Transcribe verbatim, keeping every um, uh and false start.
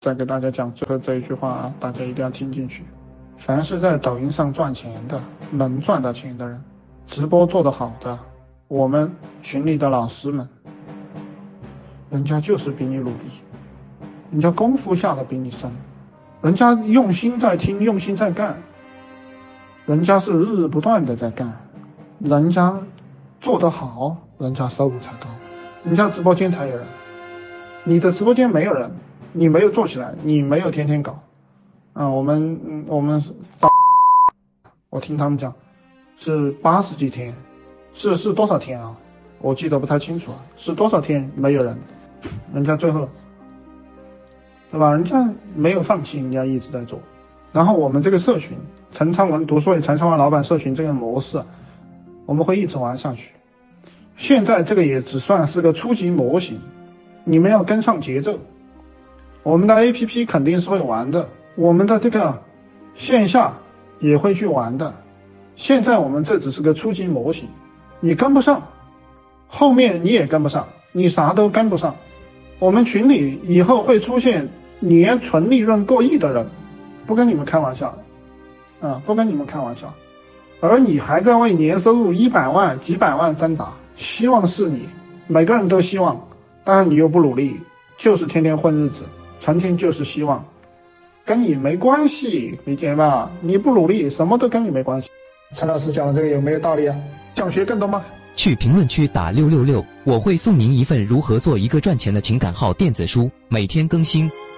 再给大家讲最后这一句话啊，大家一定要听进去。凡是在抖音上赚钱的，能赚到钱的人，直播做得好的，我们群里的老师们，人家就是比你努力，人家功夫下的比你深，人家用心在听，用心在干，人家是日日不断的在干，人家做得好，人家收入才高，人家直播间才有人，你的直播间没有人，你没有做起来，你没有天天搞啊。我们我们我听他们讲是八十几天，是是多少天啊？我记得不太清楚啊，是多少天没有人，人家最后对吧？人家没有放弃，人家一直在做。然后我们这个社群陈昌文读书会陈昌文老板社群这个模式，我们会一直玩下去。现在这个也只算是个初级模型，你们要跟上节奏。我们的 A P P 肯定是会玩的，我们的这个线下也会去玩的。现在我们这只是个初级模型，你跟不上，后面你也跟不上，你啥都跟不上。我们群里以后会出现年纯利润过亿的人，不跟你们开玩笑啊，不跟你们开玩笑。而你还在为年收入一百万几百万挣扎，希望是你，每个人都希望，但是你又不努力，就是天天混日子，成天就是希望，跟你没关系，理解吧？你不努力，什么都跟你没关系。陈老师讲的这个有没有道理啊？想学更多吗？ 去评论区打六六六，我会送您一份如何做一个赚钱的情感号电子书，每天更新。